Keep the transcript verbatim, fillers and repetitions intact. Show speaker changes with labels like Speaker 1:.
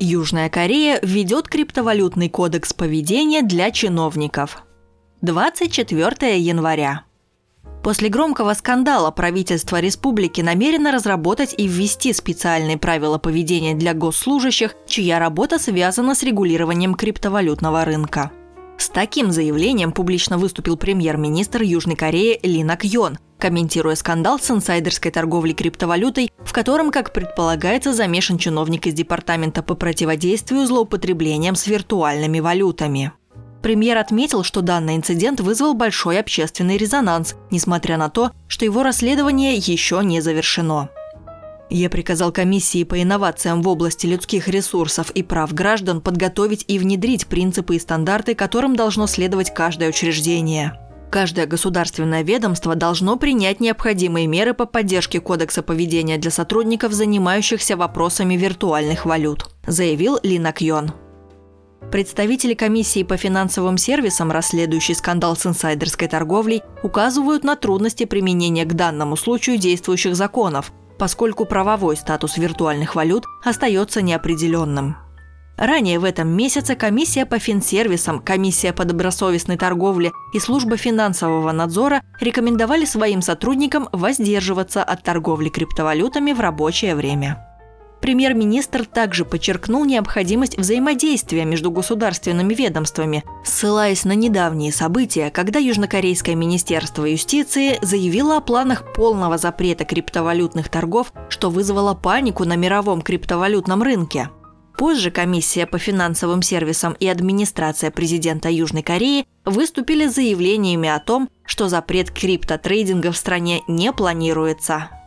Speaker 1: Южная Корея введет криптовалютный кодекс поведения для чиновников. двадцать четвёртого января. После громкого скандала правительство республики намерено разработать и ввести специальные правила поведения для госслужащих, чья работа связана с регулированием криптовалютного рынка. С таким заявлением публично выступил премьер-министр Южной Кореи Ли Нак Йон, комментируя скандал с инсайдерской торговлей криптовалютой, в котором, как предполагается, замешан чиновник из Департамента по противодействию злоупотреблениям с виртуальными валютами. Премьер отметил, что данный инцидент вызвал большой общественный резонанс, несмотря на то, что его расследование еще не завершено. Я приказал комиссии по инновациям в области людских ресурсов и прав граждан подготовить и внедрить принципы и стандарты, которым должно следовать каждое учреждение. Каждое государственное ведомство должно принять необходимые меры по поддержке кодекса поведения для сотрудников, занимающихся вопросами виртуальных валют, заявил Ли Нак Йон. Представители комиссии по финансовым сервисам, расследующей скандал с инсайдерской торговлей, указывают на трудности применения к данному случаю действующих законов, поскольку правовой статус виртуальных валют остается неопределенным. Ранее в этом месяце комиссия по финсервисам, комиссия по добросовестной торговле и служба финансового надзора рекомендовали своим сотрудникам воздерживаться от торговли криптовалютами в рабочее время. Премьер-министр также подчеркнул необходимость взаимодействия между государственными ведомствами, ссылаясь на недавние события, когда Южнокорейское министерство юстиции заявило о планах полного запрета криптовалютных торгов, что вызвало панику на мировом криптовалютном рынке. Позже комиссия по финансовым сервисам и администрация президента Южной Кореи выступили с заявлениями о том, что запрет криптотрейдинга в стране не планируется.